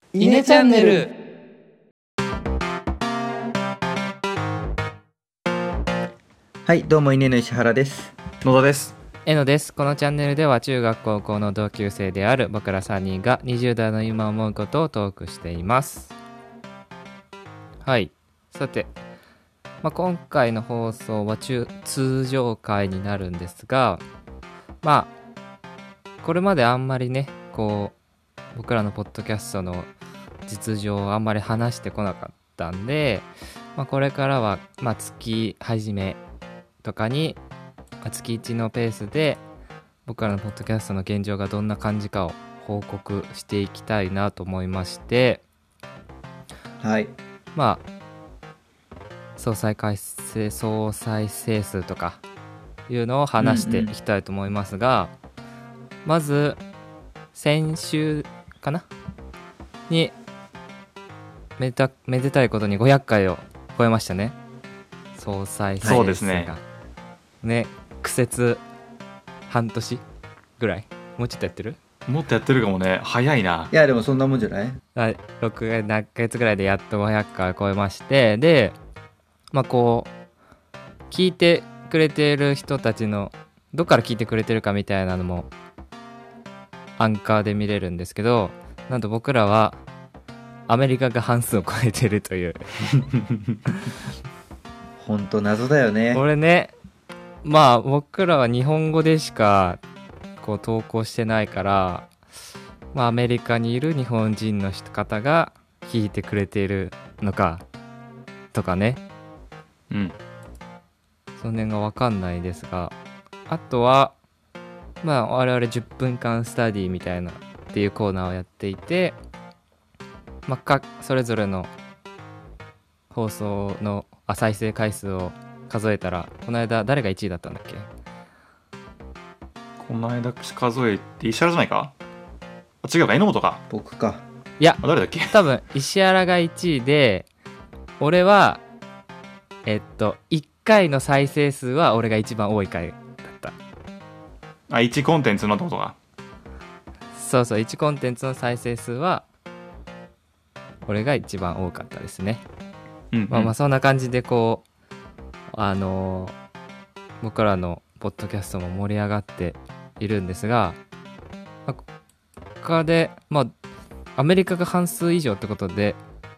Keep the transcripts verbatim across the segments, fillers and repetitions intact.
イネチャンネル。 はい、どうもイネの石原です。 野田です。 えのです。このチャンネルでは中学高校の同級生である僕らさんにんがにじゅう代の今思うことをトークしています。はい、さて、まあ、今回の放送は中通常回になるんですが、まあこれまであんまりねこう僕らのポッドキャストの実情をあんまり話してこなかったんで、まあ、これからは、まあ、月始めとかに月いちのペースで僕らのポッドキャストの現状がどんな感じかを報告していきたいなと思いまして、 はい、 まあ総再回生総再生数とかいうのを話していきたいと思いますが、うんうん、まず先週かなにめでた、めでたいことにごひゃっかいを超えましたね。総再生数がそうですね。 ね、苦節半年ぐらい、もうちょっとやってる？ もっとやってるかもね。早いな。 いやでもそんなもんじゃない？ はい、ろっかげつぐらいでやっとごひゃっかい超えまして、でまあこう聞いてくれている人たちのどっから聞いてくれてるかみたいなのもアンカーで見れるんですけど、なんと僕らはアメリカが半数を超えてるというほんと謎だよね。 これね、まあ僕らは日本語でしかこう投稿してないから、まあ、アメリカにいる日本人の方が聞いてくれているのかとかね、 うん、 その辺が分かんないですが、あとはまあ我々じゅっぷんかんスタディみたいなっていうコーナーをやっていて、まあ、かそれぞれの放送のあ再生回数を数えたら、この間誰がいちいだったんだっけ？ この間数えて石原じゃないか？あ、違うか、榎本か。 僕か。 いや、 あ、誰だっけ？ 多分石原がいちいで、俺はえっといっかいの再生数は俺が一番多い回だった。 あ、いちコンテンツのってことか。 そうそう、いちコンテンツの再生数は俺が一番多かったですね。 うんうん、 まあまあそんな感じでこうあのー、僕らのポッドキャストも盛り上がっているんですが、まあ、他でまあアメリカが半数以上ってことで、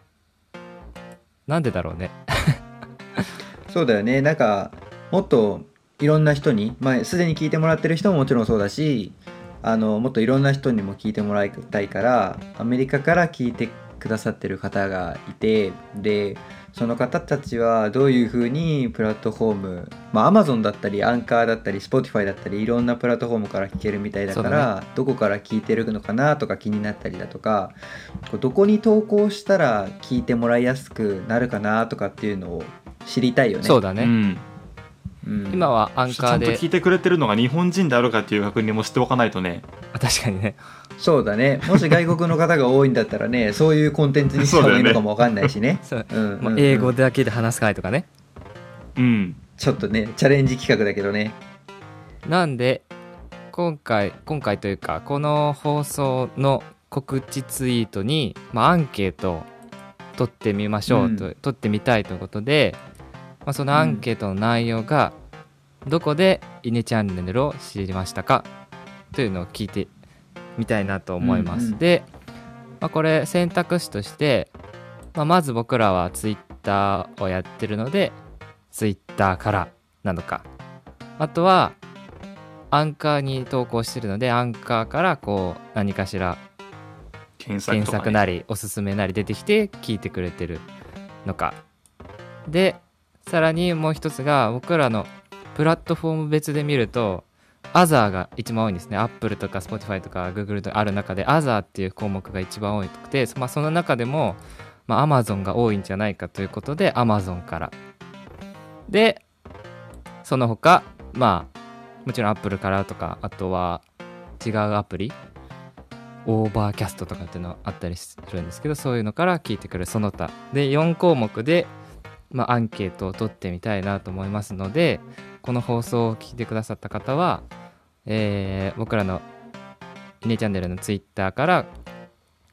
なんでだろうねそうだよね。なんかもっといろんな人に、まあすでに聞いてもらってる人ももちろんそうだし、あのもっといろんな人にも聞いてもらいたいから、アメリカから聞いてくださってる方がいて、でその方たちはどういう風にプラットフォーム、まあ Amazon だったりアンカーだったり Spotify だったりいろんなプラットフォームから聞けるみたいだから、ね、どこから聞いてるのかなとか気になったりだとか、どこに投稿したら聞いてもらいやすくなるかなとかっていうのを知りたいよね。 そうだね、 うんうん、今はアンカーでちゃんと聞いてくれてるのが日本人であるかっていう確認もしておかないとね。 確かにね。 そうだね。もし外国の方が多いんだったらねそういうコンテンツにした方がいいのかも分かんないしねそううんうんうん、まあ、英語だけで話す会とかね。 うんちょっとねチャレンジ企画だけどね。 なんで今回今回というかこの放送の告知ツイートに、まあ、アンケートを取ってみましょうと、うん、取ってみたいということで、まあ、そのアンケートの内容が、うん、どこでイネチャンネルを知りましたかというのを聞いてみたいなと思います。うんうん、で、まあ、これ選択肢として、まあ、まず僕らはツイッターをやってるのでツイッターからなのか、あとはアンカーに投稿してるのでアンカーからこう何かしら検索とか、ね、 検索なりおすすめなり出てきて聞いてくれてるのかで、さらにもう一つが僕らのプラットフォーム別で見るとアザーが一番多いんですね。 Apple とか Spotify とか Google とかある中でアザーっていう項目が一番多くて、まあ、その中でも、まあ、Amazon が多いんじゃないかということで Amazon からで、その他まあもちろん Apple からとか、あとは違うアプリオーバーキャストとかっていうのあったりするんですけど、そういうのから聞いてくるその他でよん項目で、まあ、アンケートを取ってみたいなと思いますので、この放送を聞いてくださった方は、えー、僕らのイネチャンネルのツイッターから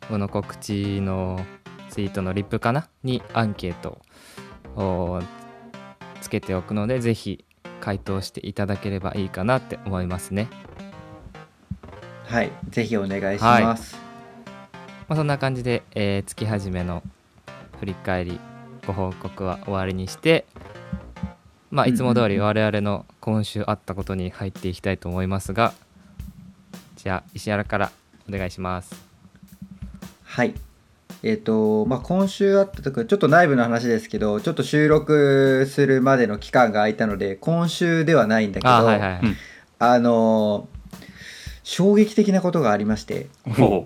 この告知のツイートのリップかなにアンケートをつけておくので、ぜひ回答していただければいいかなって思いますね。 はいぜひお願いします、 まあ、そんな感じで、えー月始めの振り返りご報告は終わりにして、まあ、いつも通り我々の今週あったことに入っていきたいと思いますが、じゃあ石原からお願いします。 はいえっ、とまあ今週あったとこちょっと内部の話ですけど、ちょっと収録するまでの期間が空いたので今週ではないんだけど、 あ、はいはいはい、 うんあのー衝撃的なことがありまして、 おう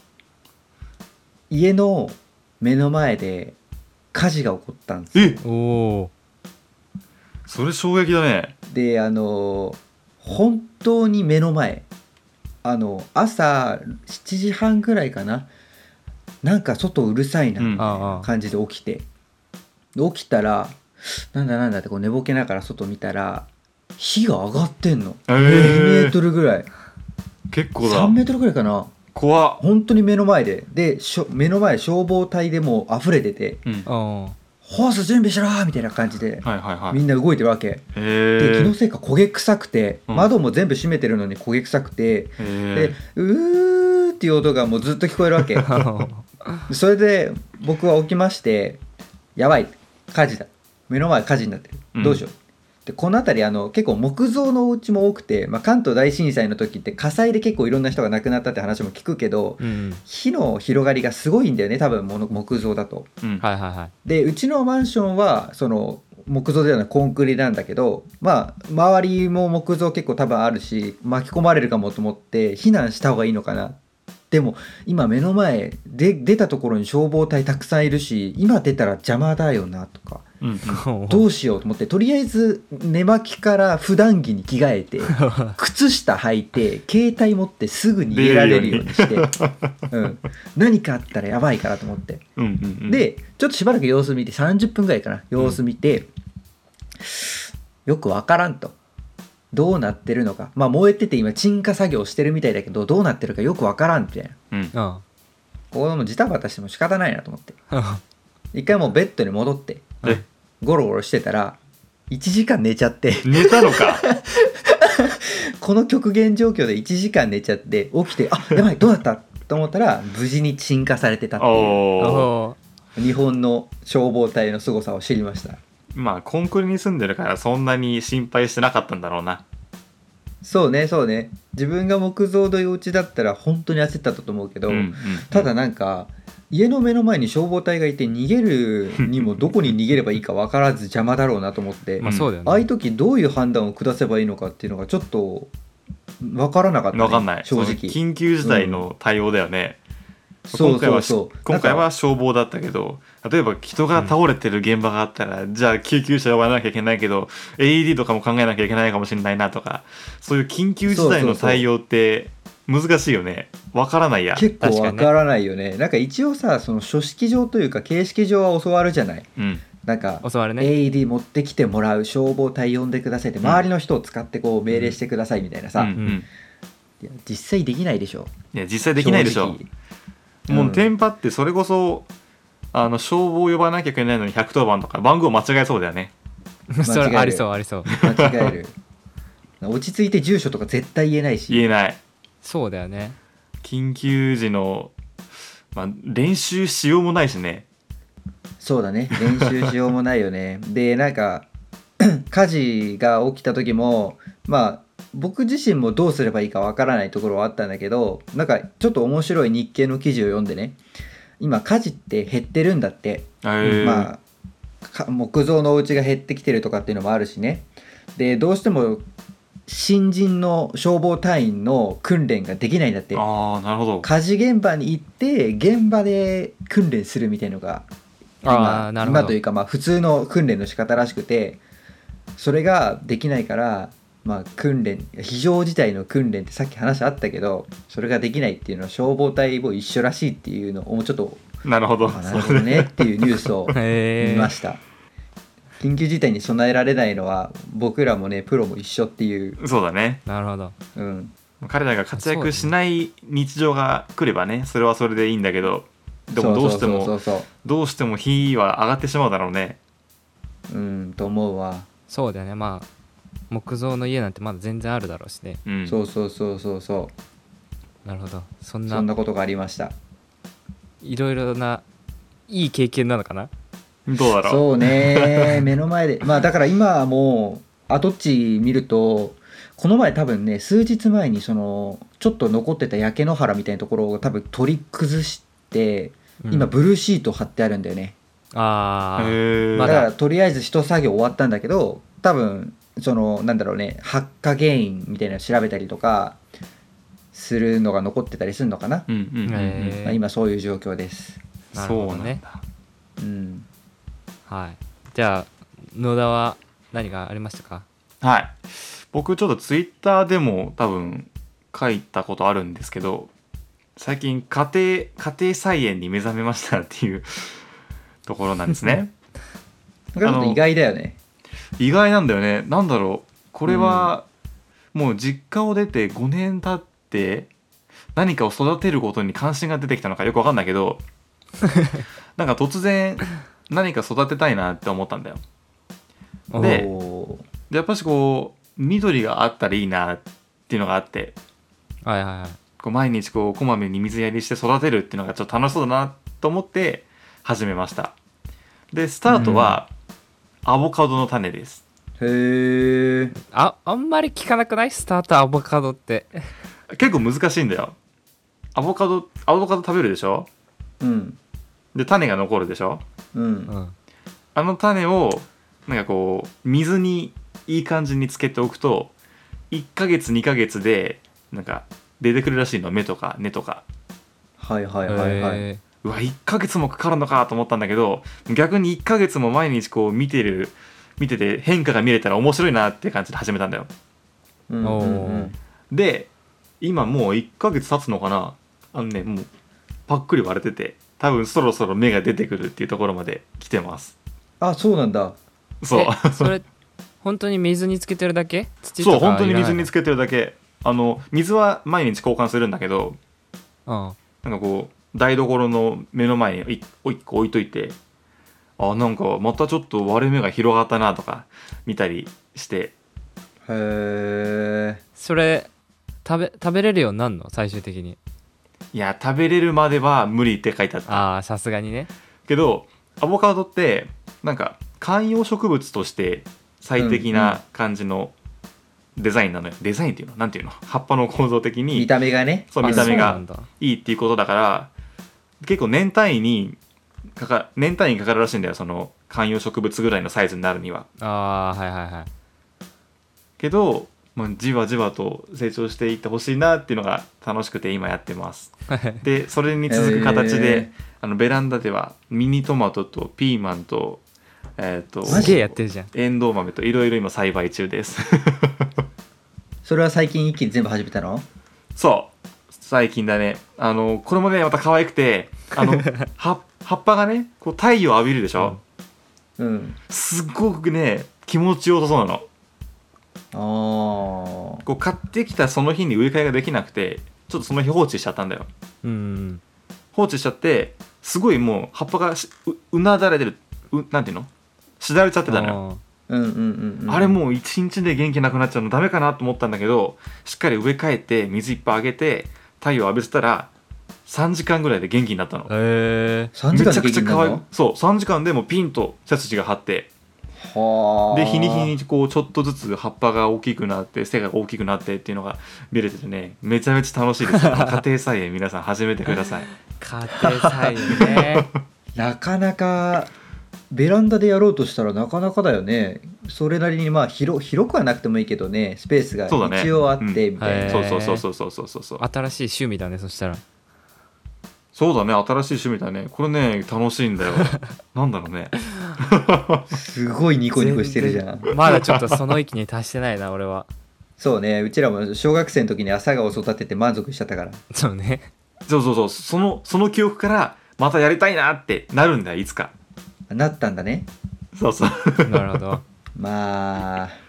家の目の前で火事が起こったんですよ。 えおおそれ衝撃だね。 であのー本当に目の前、あの朝しちじはんぐらいかな、なんか外うるさいなうんみたいな感じで起きて、で起きたらなんだなんだってこう寝ぼけながら外見たら火が上がってんの。 えにメーートルぐらい、 結構だ。 さんメートルぐらいかな、 怖っ。 本当に目の前で、でしょ目の前消防隊でもう溢れてて、 うんおーホース準備しろーみたいな感じではいはいはい。 みんな動いてるわけえで、気のー、 せいか焦げ臭くて、 うん窓も全部閉めてるのに焦げ臭くて、 えでうーっていう音がもうずっと聞こえるわけそれで僕は起きまして、やばい火事だ、目の前火事になってる、どうしよう、でこの辺りあの結構木造のお家も多くて、まあ、関東大震災の時って火災で結構いろんな人が亡くなったって話も聞くけど、 うん火の広がりがすごいんだよね、多分もの木造だと。 うんはいはいはいでうちのマンションはその木造ではないコンクリなんだけど、まあ周りも木造結構多分あるし巻き込まれるかもと思って避難した方がいいのかな。でも今目の前で出たところに消防隊たくさんいるし、今出たら邪魔だよなとか、 うんうんどうしようと思って、とりあえず寝巻きから普段着に着替えて靴下履いて携帯持ってすぐ逃げられるようにして、うん、何かあったらやばいからと思って、 うんうんうん、 でちょっとしばらく様子見てさんじゅっぷんぐらいかな様子見て、よくわからんと、どうなってるのか、まあ燃えてて今鎮火作業してるみたいだけどどうなってるかよくわからんみたいな、 うんうんここもジタバタしても仕方ないなと思って一回もうベッドに戻ってえゴロゴロしてたらいちじかん寝ちゃって寝たのかこの極限状況でいちじかん寝ちゃって起きて、あやばいどうだったと思ったら無事に鎮火されてたっていうおーおー日本の消防隊の凄さを知りました。 まあコンクリに住んでるからそんなに心配してなかったんだろうな。 そうねそうね、自分が木造のお家だったら本当に焦ったと思うけど、 うんうんただなんか家の目の前に消防隊がいて逃げるにもどこに逃げればいいか分からず邪魔だろうなと思って、 まあそうだよねああいう時どういう判断を下せばいいのかっていうのがちょっと分からなかった、ね、 分かんない。 正直その緊急事態の対応だよね。 そう今回はそうそう今回はなんか消防だったけど、例えば人が倒れてる現場があったら、じゃあ救急車呼ばなきゃいけないけど エーイーディー とかも考えなきゃいけないかもしれないなとか、そういう緊急事態の対応って難しいよね。わからないや。 結構分からないよね。なんか一応さその書式上というか形式上は教わるじゃない。 うんなんか教わるねエーイーディー 持ってきてもらう、消防隊呼んでくださいって周りの人を使ってこう命令してくださいみたいなさ、 うんうんいや実際できないでしょ。 いや実際できないでしょ。 正直もうテンパってそれこそあの消防呼ばなきゃいけないのにひゃくとおばんとか番号間違えそうだよね。 それありそうありそう間違える落ち着いて住所とか絶対言えないし。 言えない。 そうだよね。 緊急時の、まあ、練習しようもないしね。 そうだね練習しようもないよねでなんか火事が起きた時もまあ僕自身もどうすればいいかわからないところはあったんだけど、なんかちょっと面白い日経の記事を読んでね、今火事って減ってるんだって、 えー、 まあ木造のお家が減ってきてるとかっていうのもあるしね。でどうしても新人の消防隊員の訓練ができないんだって。 ああなるほど。 火事現場に行って現場で訓練するみたいのが今、 あーなるほど今というかまあ普通の訓練の仕方らしくて、それができないからまあ訓練非常事態の訓練ってさっき話あったけど、それができないっていうのは消防隊も一緒らしいっていうのをもうちょっとなるほど。 あなるほどねっていうニュースをへー見ました緊急事態に備えられないのは僕らもねプロも一緒っていう、 そうだね。 うん、 彼らが活躍しない日常が来ればね、それはそれでいいんだけど、でもどうしてもそうそうそうどうしても火は上がってしまうだろうね。 そう、うんと思うわ。 そうだよね。まあ木造の家なんてまだ全然あるだろうしね。 うん、 そうそうそうそうそなるほど。そんう、 なそんなことがありました。 いろいろないい経験なのかな。 どうだろう。 そうね、目の前で、まあだから今はもう跡地見ると、この前多分ね、数日前にそのちょっと残ってた焼け野原みたいなところを多分取り崩して、 うん今ブルーシート貼ってあるんだよね。 ああ、 へえ。 まだだからとりあえず一作業終わったんだけど、多分そのなんだろうね、発火原因みたいなの調べたりとかするのが残ってたりするのかな、 うんうんうんうん、 へーまあ、今そういう状況です。 なるほどねそうなんだ。 うんはい。じゃあ野田は何がありましたか。 はい。僕ちょっとツイッターでも多分書いたことあるんですけど、最近家庭家庭菜園に目覚めましたっていうところなんですね。 なんかちょっと意外だよね。 意外なんだよね。なんだろう。これはもう実家を出てごねん経って何かを育てることに関心が出てきたのかよくわかんないけど、なんか突然何か育てたいなって思ったんだよ。でおーでやっぱしこう緑があったらいいなっていうのがあって、 はいはいはい。 こう毎日こうこまめに水やりして育てるっていうのがちょっと楽しそうだなと思って始めました。でスタートはアボカドの種です。 へえ。 ああんまり聞かなくない？スターターアボカドって。 結構難しいんだよ。アボカドアボカド食べるでしょ。 うんで種が残るでしょ。 ううんん。 あの種をなんかこう水にいい感じにつけておくといっかげつにかげつでなんか出てくるらしいの、芽とか根とか。 はいはいはいはい。 へうわいっかげつもかかるのかと思ったんだけど、逆にいっかげつも毎日こう見てる見てて変化が見れたら面白いなって感じで始めたんだよ。 うんうんうんで今もういっかげつ経つのかな。あのねもうパックリ割れてて多分そろそろ芽が出てくるっていうところまで来てます。 あ、そうなんだ。 そうえそれ本当に水につけてるだけ？土とかそう本当に水につけ。 けてるだけ。あの水は毎日交換するんだけど、 うん。 なんかこう台所の目の前にいっこ置いといて、あなんかまたちょっと割れ目が広がったなとか見たりして。 へえ。 それ食べ食べれるようになるの？最終的に。 いや食べれるまでは無理って書いてあったああさすがにね。 けど、アボカドってなんか観葉植物として最適な感じのデザインなのよ。デザインっていうのなんていうの、葉っぱの構造的に見た目がね。 そうあ見た目がそうなんだ。 いいっていうことだから、結構年単位にかか年単位にかかるらしいんだよ、その観葉植物ぐらいのサイズになるには。 ああはいはいはい。 けど、まあ、じわじわと成長していってほしいなっていうのが楽しくて今やってますでそれに続く形で、 へーあのベランダではミニトマトとピーマンとえっ、とすげえやってるじゃん。 エンドウ豆といろいろ今栽培中ですそれは最近一気に全部始めたの？ そう最近だね。あのこれもねまた可愛くて、あの葉葉っぱがねこう太陽浴びるでしょ、 うん。 すっごくね気持ちよさそうなの。 ああ。 こう買ってきたその日に植え替えができなくてちょっとその日放置しちゃったんだよ。 うん放置しちゃってすごいもう葉っぱがし う, うなだれてる、うなんていうのしだれちゃってたのよ。 うんうんうんうん。 あれもう一日で元気なくなっちゃうのダメかなと思ったんだけど、しっかり植え替えて水いっぱいあげて太陽浴びせたらさんじかんぐらいで元気になったの。 へえ。 さんじかんでめちゃくちゃ可愛い元気になるの？ そうさんじかんでもうピンと背筋が張って、 はあ。 で日に日にこうちょっとずつ葉っぱが大きくなって背が大きくなってっていうのが見れててね、めちゃめちゃ楽しいです家庭菜園皆さん始めてください家庭菜園ね。 なかなかベランダでやろうとしたらなかなかだよね。それなりにまあ広広くはなくてもいいけどね、スペースがそうだね一応あってみたいうんな、 へーそうそうそうそうそうそうそうそう新しい趣味だねそしたら。 そうだね新しい趣味だねこれね。楽しいんだよなんだろうねすごいニコニコしてるじゃん。 全然まだちょっとその域に達してないな俺は。 そうね、うちらも小学生の時に朝顔を育てて満足しちゃったから。 そうね。 そうそうそうそのその記憶からまたやりたいなってなるんだよいつか。 なったんだね。 そうそうなるほど。 まあ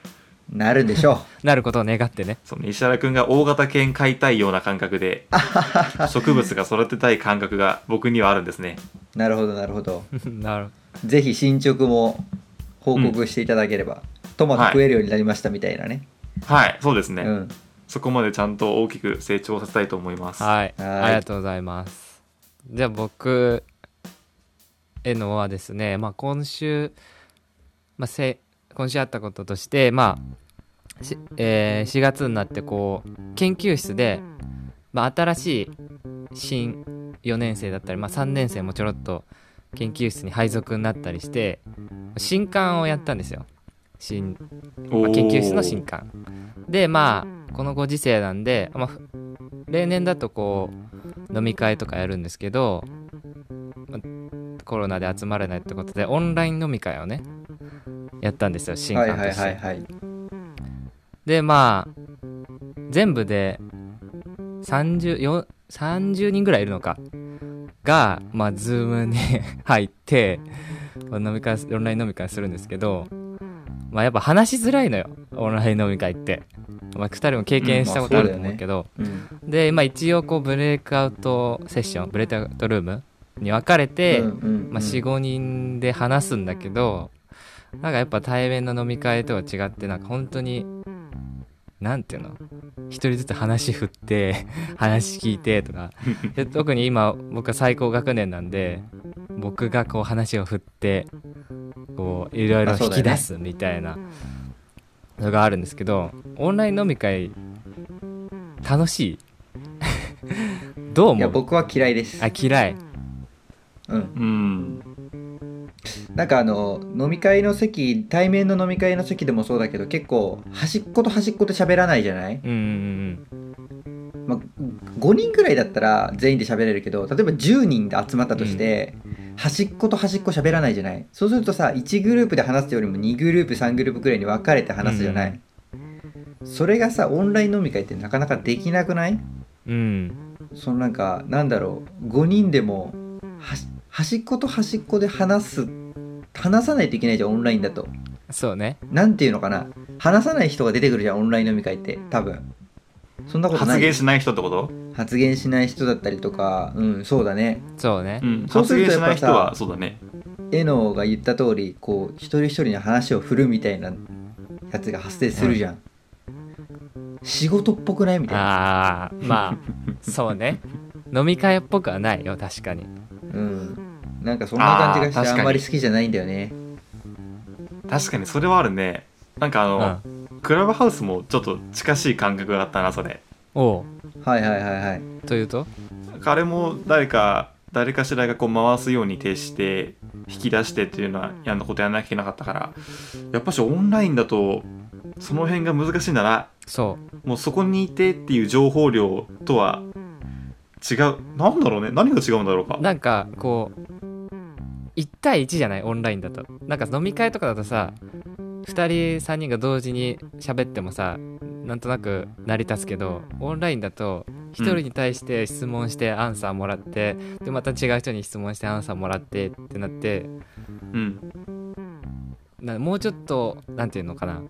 なるんでしょなることを願ってね。 その石原くんが大型犬飼いたいような感覚で植物が育てたい感覚が僕にはあるんですね。 う。なるほどなるほど。 なるぜひ進捗も報告していただければ、トマト食えるようになりましたみたいなね。 はいそうですね、 うん。 そこまでちゃんと大きく成長させたいと思います。 はい、 はいありがとうございます。じゃあ僕へのはですね、まあ、今週、まあ、せ今週あったこととして、まあしえーしがつになってこう研究室で、まあ、新しい新よねん生だったり、まあ、さんねん生もちょろっと研究室に配属になったりして新刊をやったんですよ。新、まあ、研究室の新刊で、まあこのご時世なんで、まあ、例年だとこう飲み会とかやるんですけど、まあコロナで集まれないってことでオンライン飲み会をねやったんですよ、新はい刊として。 はいはいはい。 でまあ全部でさんじゅうよん さんじゅうにんぐらいいるのかが、まあ、ズームに入って飲み会オンライン飲み会するんですけど、まあ、やっぱ話しづらいのよ、オンライン飲み会って。まあ、ふたりも経験したことあると思うけど、 うんまあそうで、まあ、一応こうブレイクアウトセッションブレイクアウトルームに分かれて、 うんうんうんまあ、よん、ごにんで話すんだけど、なんかやっぱ対面の飲み会とは違って、なんか本当になんていうの、一人ずつ話振って話聞いてとかで、特に今僕は最高学年なんで僕がこう話を振ってこういろいろ引き出すみたいなのがあるんですけど、オンライン飲み会楽しいどう思う？ いや僕は嫌いです。 あ、嫌い。 うん。 うんなんかあの飲み会の席、対面の飲み会の席でもそうだけど、結構端っこと端っこで喋らないじゃない？ うんうんまあ、ごにんぐらいだったら全員で喋れるけど、例えばじゅうにんで集まったとして、端っこと端っこ喋らないじゃない？そうするとさ、いちグループで話すよりもにグループさんグループぐらいに分かれて話すじゃない？それがさ、オンライン飲み会ってなかなかできなくない？ うんうんそのなんかなんだろう、ごにんでも端端っこと端っこで話す話さないといけないじゃん、オンラインだと。 そうね。 なんていうのかな、話さない人が出てくるじゃん、オンライン飲み会って。多分そんなことない？ 発言しない人ってこと？ 発言しない人だったりとか、うんそうだね。 そうね。 うんそうす発言しるとやっぱさない人はそうだね。 エノが言った通り、こう一人一人に話を振るみたいなやつが発生するじゃん、仕事っぽくないみたいな。 ああ、まあそうね、飲み会っぽくはないよ、確かに。 うんなんかそんな感じがしてあー確かにあんまり好きじゃないんだよね。 確かにそれはあるね。なんかあの、クラブハウスもちょっと近しい感覚があったな、それ。 おう、 はいはいはいはい。 というと？ 彼も誰か誰かしらがこう回すように徹して引き出してっていうのはやんなことやらなきゃいけなかったから、やっぱしオンラインだとその辺が難しいんだな。 そもうそこにいてっていう情報量とは違う。なんだろうね、何が違うんだろうか。 う、なんかこういち対いちじゃない、オンラインだと。なんか飲み会とかだとさ、ふたりさんにんが同時に喋ってもさ、なんとなく成り立つけど、オンラインだとひとりに対して質問してアンサーもらって、でまた違う人に質問してアンサーもらってってなって、 うんなもうちょっとなんていうのかな、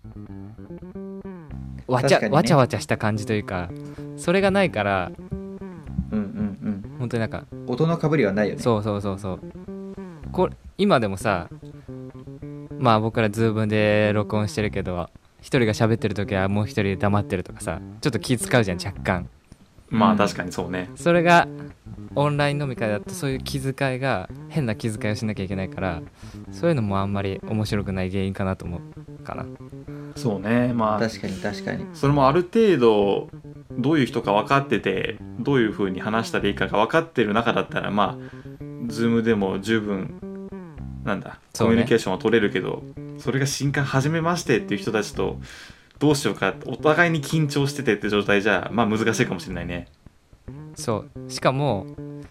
わちゃ、 確かにねわちゃわちゃした感じというか、それがないからうんうん本当になんか、 うん。音のかぶりはないよね。 そうそうそうそう、これ今でもさ、まあ僕らズームで録音してるけど、一人が喋ってる時はもう一人黙ってるとかさ、ちょっと気使うじゃん、若干。 うんまあ確かにそうね。 それがオンライン飲み会だとそういう気遣いが、変な気遣いをしなきゃいけないから、そういうのもあんまり面白くない原因かなと思うかな。 そうね。まあ確かに確かに。 それもある程度どういう人か分かってて、どういう風に話したらいいかが分かってる中だったら、まあズームでも十分なんだそうねコミュニケーションは取れるけど、それが新刊初めましてっていう人たちとどうしようか、お互いに緊張しててって状態じゃまあ難しいかもしれないね。 そうしかも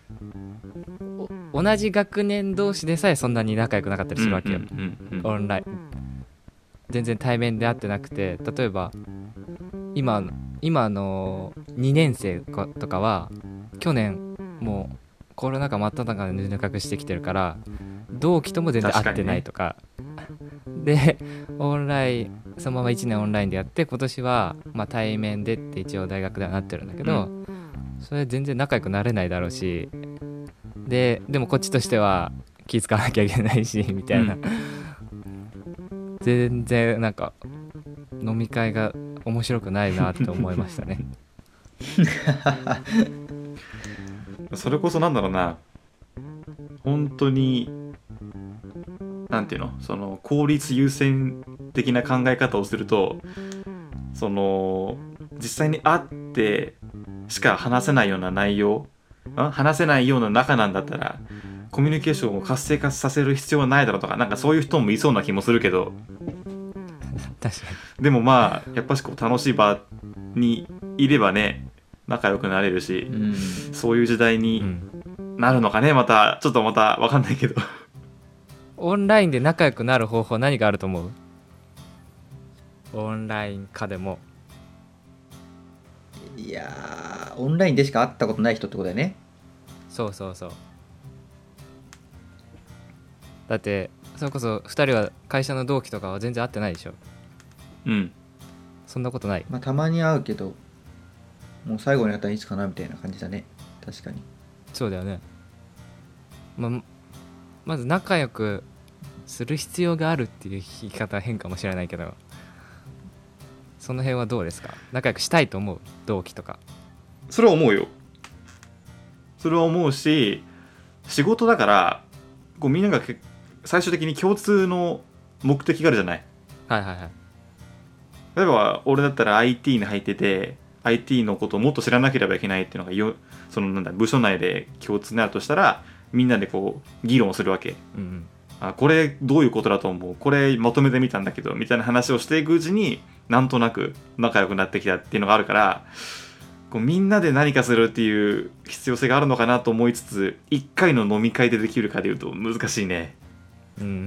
同じ学年同士でさえそんなに仲良くなかったりするわけよ、 うんうんうんオンライン全然対面で会ってなくて、例えば今今のにねん生とかは去年もうコロナ禍真っ只中で入学してきてるから、同期とも全然会ってないとかで、オンラインそのままいちねんオンラインでやって、今年はまあ対面でって一応大学ではなってるんだけど、 うそれ全然仲良くなれないだろうし、ででもこっちとしては気遣わなきゃいけないしみたいな、 うん、 全然なんか飲み会が面白くないなって思いましたね。 それこそなんだろうな、本当になんていうの、その効率優先的な考え方をすると、その実際に会ってしか話せないような内容、話せないような仲なんだったらコミュニケーションを活性化させる必要はないだろうとか、なんかそういう人もいそうな気もするけど、 確かでもまあやっぱしこう楽しい場にいればね仲良くなれるし、 うん、 そういう時代に、 にうん、 なるのかね、またちょっとまた分かんないけど。 オンラインで仲良くなる方法何があると思う？オンライン化でも。 いやー、オンラインでしか会ったことない人ってことだよね。 そうそうそう。だってそれこそふたりは会社の同期とかは全然会ってないでしょ。 うん。 そんなことない？ まあたまに会うけど、もう最後に会ったらいつかなみたいな感じだね。確かに。 そうだよね。ままず仲良くする必要があるっていう言い方は変かもしれないけど、その辺はどうですか？仲良くしたいと思う？同期とか。 それは思うよ。それは思うし、仕事だからこうみんながけ最終的に共通の目的があるじゃない。 はいはいはい。 例えば俺だったら アイティー に入ってて アイティー のことをもっと知らなければいけないっていうのがよそのなんだ部署内で共通になるとしたら、みんなでこう議論をするわけ。 うんうん、 あ、これどういうことだと思う、これまとめてみたんだけどみたいな話をしていくうちになんとなく仲良くなってきたっていうのがあるから、こうみんなで何かするっていう必要性があるのかなと思いつつ、いっかいの飲み会でできるかでいうと難しいね。 うんうんうん、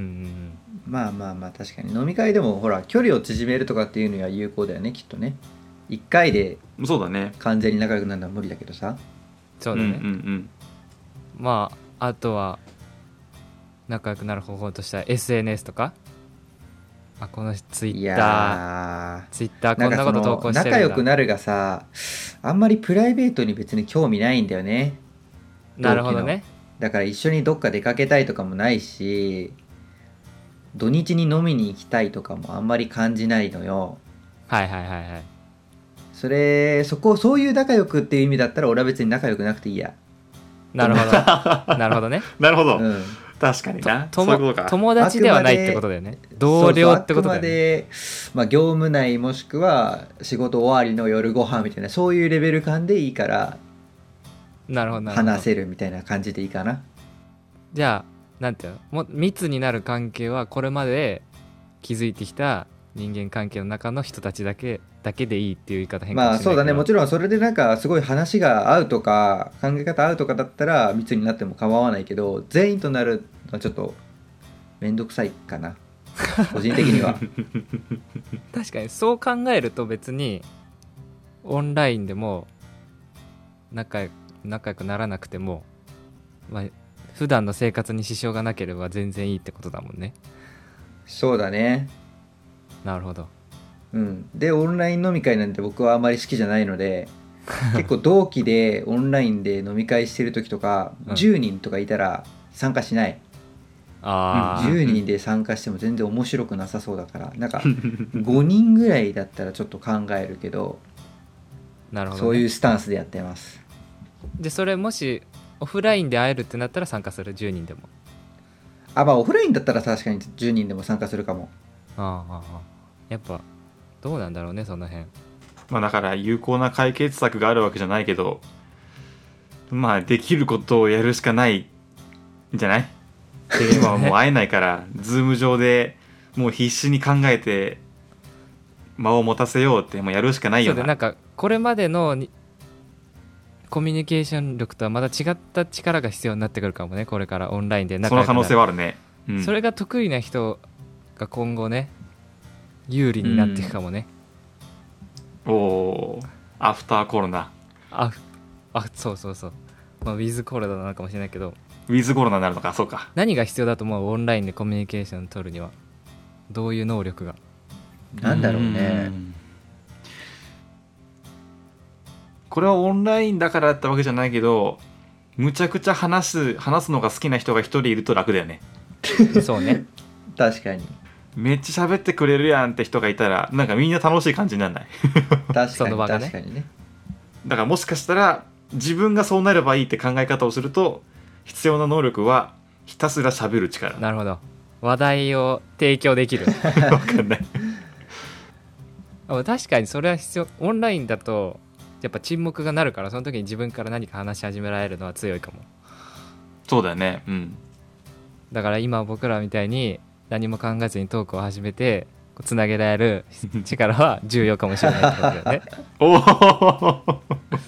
まあまあまあ確かに飲み会でもほら距離を縮めるとかっていうのは有効だよね、きっとね。いっかいでそうだね。 完全に仲良くなるのは無理だけどさ。 そうだね。 うんうんうん、 まああとは仲良くなる方法としては エスエヌエス とか、あ、このツイいッタやーツイッターこんなこと投稿してるんだ。 仲良くなるがさ、あんまりプライベートに別に興味ないんだよね。 なるほどね。 だから一緒にどっか出かけたいとかもないし、土日に飲みに行きたいとかもあんまり感じないのよ。 はいはいはいはい。 それそこそういう仲良くっていう意味だったら俺は別に仲良くなくていいや。 なるほどなるほどね。 なるほど、 うん、 確かにな。 とそういうことか。 友達ではないってことだよね。同僚ってことだよね。 そうそう、あくまで、まあ、業務内もしくは仕事終わりの夜ご飯みたいな、そういうレベル感でいいからなるほどなるほど。 話せるみたいな感じでいいかな。 じゃあなんていうの、も密になる関係はこれまで築いてきた人間関係の中の人たちだけだけでいいっていう言い方変かもしれないけど。 まあそうだね、もちろんそれでなんかすごい話が合うとか考え方合うとかだったら密になっても構わないけど、全員となるのはちょっとめんどくさいかな個人的には。 確かにそう考えると別にオンラインでも仲良く仲良くならなくても、まあ、普段の生活に支障がなければ全然いいってことだもんね。 そうだね。 なるほど。 うん、でオンライン飲み会なんて僕はあまり好きじゃないので結構同期でオンラインで飲み会してる時とか、うん、じゅうにんとかいたら参加しない。 あじゅうにんで参加しても全然面白くなさそうだから、なんかごにんぐらいだったらちょっと考えるけど、 なるほど、ね、 そういうスタンスでやってます。 でそれもしオフラインで会えるってなったら参加する？じゅうにんでも。 あ、まあオフラインだったら確かにじゅうにんでも参加するかも。 ああ、やっぱどうなんだろうね、その辺。 まあだから有効な解決策があるわけじゃないけど、まあできることをやるしかないんじゃない？で今はもう会えないからズーム上でもう必死に考えて間を持たせようってもうやるしかないよな。 そうで、なんかこれまでのコミュニケーション力とはまた違った力が必要になってくるかもね、これからオンラインで仲良くなる。 その可能性はあるね、うん、 それが得意な人が今後ね有利になっていくかもね、 うん、おー、アフターコロナ。 ああ、そうそうそう、まあ、ウィズコロナなのかもしれないけど、 ウィズコロナになるのか。そうか。 何が必要だと思う？オンラインでコミュニケーション取るにはどういう能力が？ なんだろうね。 んこれはオンラインだからってわけじゃないけど、むちゃくちゃ話す話すのが好きな人が一人いると楽だよね。 そうね。 確かにめっちゃ喋ってくれるやんって人がいたら、なんかみんな楽しい感じにならない。 確かにその場がね確かにね。 だからもしかしたら自分がそうなればいいって考え方をすると、必要な能力はひたすら喋る力。 なるほど。話題を提供できる。 わかんない。 あ確かにそれは必要。オンラインだとやっぱ沈黙がなるから、その時に自分から何か話し始められるのは強いかも。 そうだよね。うん。 だから今僕らみたいに何も考えずにトークを始めてこうつなげられる力は重要かもしれないってことだよね。 おお。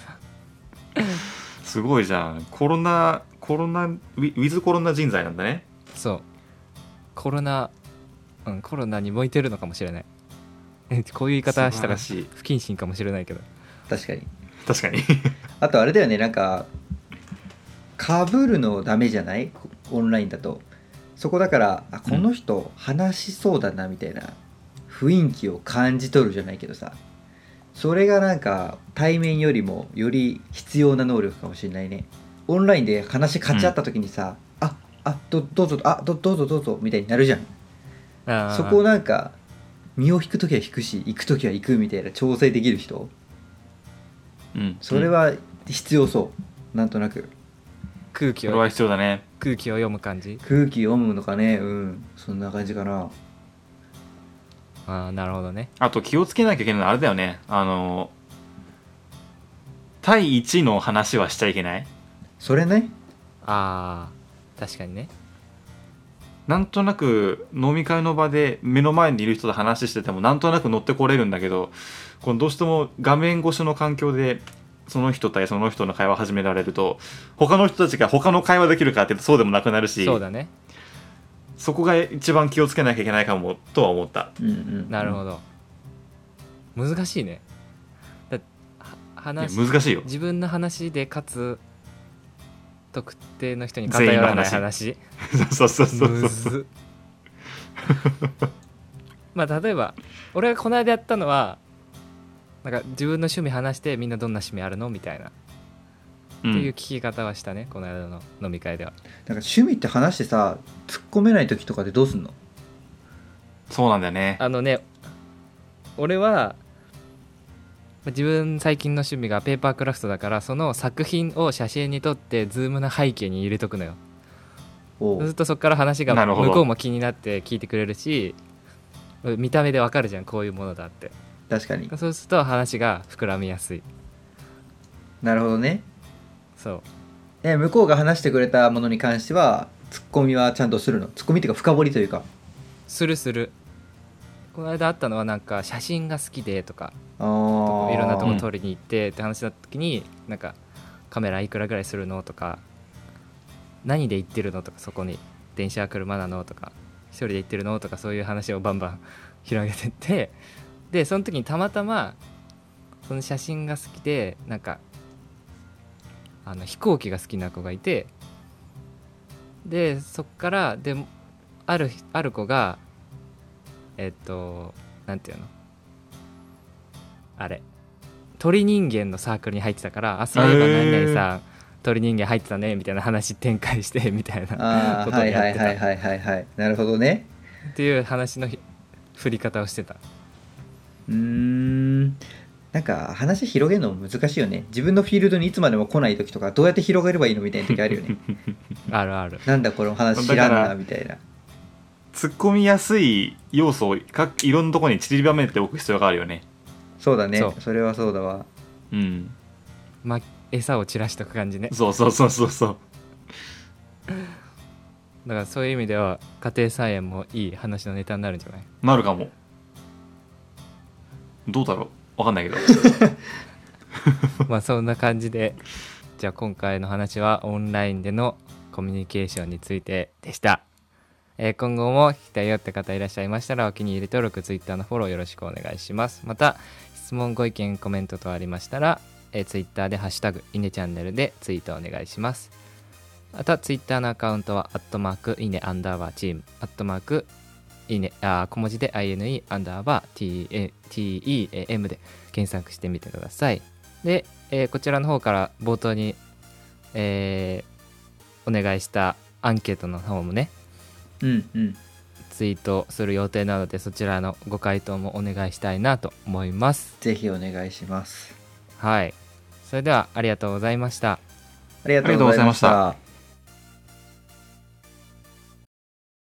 すごいじゃん。コロナコロナウィ、ウィズコロナ人材なんだね。 そうコロナ、うん、コロナに向いてるのかもしれない。えこういう言い方したら素晴らしい。 不謹慎かもしれないけど。 確かに。 確かに。 あとあれだよね、なんか被るのダメじゃない？オンラインだと。そこだからあこの人話しそうだなみたいな雰囲気を感じ取るじゃないけどさ、それがなんか対面よりもより必要な能力かもしれないね。オンラインで話勝ち合った時にさ、うん、ああどどうぞあどどうぞどうぞみたいになるじゃん。 あそこをなんか身を引く時は引くし行く時は行くみたいな調整できる人、 うん、 それは必要そう。なんとなく空気をそれは必要だね。 空気を読む感じ。 空気読むのかね。うんそんな感じかな。 ああなるほどね。 あと気をつけなきゃいけないのはあれだよね。あの対一の話はしちゃいけない。 それね。 あー確かにね。 なんとなく飲み会の場で目の前にいる人と話しててもなんとなく乗ってこれるんだけど、このどうしても画面越しの環境でその人対その人の会話を始められると、他の人たちが他の会話できるかって言うとそうでもなくなるし、 そうだね。 そこが一番気をつけなきゃいけないかもとは思った。 うんうん、 なるほど。難しいね。だ話いや難しいよ。 自分の話でかつ特定の人に偏らない話。 そうそうそうそうむずまあ例えば俺がこの間やったのはなんか自分の趣味話してみんなどんな趣味あるのみたいな、 うん、 っていう聞き方はしたね、この間の飲み会では。 なんか趣味って話してさ突っ込めない時とかでどうすんの？ そうなんだよね。 あのね俺は自分最近の趣味がペーパークラフトだから、その作品を写真に撮ってズームの背景に入れとくのよ。 おずっとそこから話が向こうも気になって聞いてくれるし、見た目でわかるじゃんこういうものだって。 確かに。 そうすると話が膨らみやすい。 なるほどね。 そうえ向こうが話してくれたものに関してはツッコミはちゃんとするの？ツッコミっていうか深掘りというか。 するする。この間あったのはなんか写真が好きでとか、 あーいろんなとこ撮りに行ってって話だった時に、なんかカメラいくらぐらいするのとか、何で行ってるのとか、そこに電車車なのとか、一人で行ってるのとか、そういう話をバンバン広げてって、でその時にたまたまその写真が好きでなんかあの飛行機が好きな子がいて、でそっからであるある子がえっとなんていうのあれ鳥人間のサークルに入ってたから、あそういえば何々さん鳥人間入ってたねみたいな話展開してみたいなあことをはいはいやってたはいはいはいはいなるほどね。 っていう話の振り方をしてた。 うーんなんか話広げるの難しいよね。自分のフィールドにいつまでも来ない時とかどうやって広げればいいのみたいな時あるよね。 あるある。 なんだこの話知らんなみたいな。 突っ込みやすい要素を各いろんなところに散りばめておく必要があるよね。 そうだね。 そそ, れはそうだわ。 うんま餌を散らしとく感じね。 そうそうそうそうそう。 だからそういう意味では家庭菜園もいい話のネタになるんじゃない？ なるかも。どうだろうわかんないけどまあそんな感じで、じゃあ今回の話はオンラインでのコミュニケーションについてでした。えー、今後も聞きたいよって方いらっしゃいましたらお気に入り登録、Twitter のフォローよろしくお願いします。また質問ご意見コメントとありましたら、えー、Twitter でハッシュタグイネチャンネルでツイートお願いします。また Twitter のアカウントはアットマークイネアンダーバーチームアットマークいいね、あ小文字で アイエヌイー アンダーバー ティーイーエーエム で検索してみてください。で、えーこちらの方から冒頭に、えーお願いしたアンケートの方もねうんうんツイートする予定なので、そちらのご回答もお願いしたいなと思います。 ぜひお願いします。 はい、それではありがとうございました。 ありがとうございました。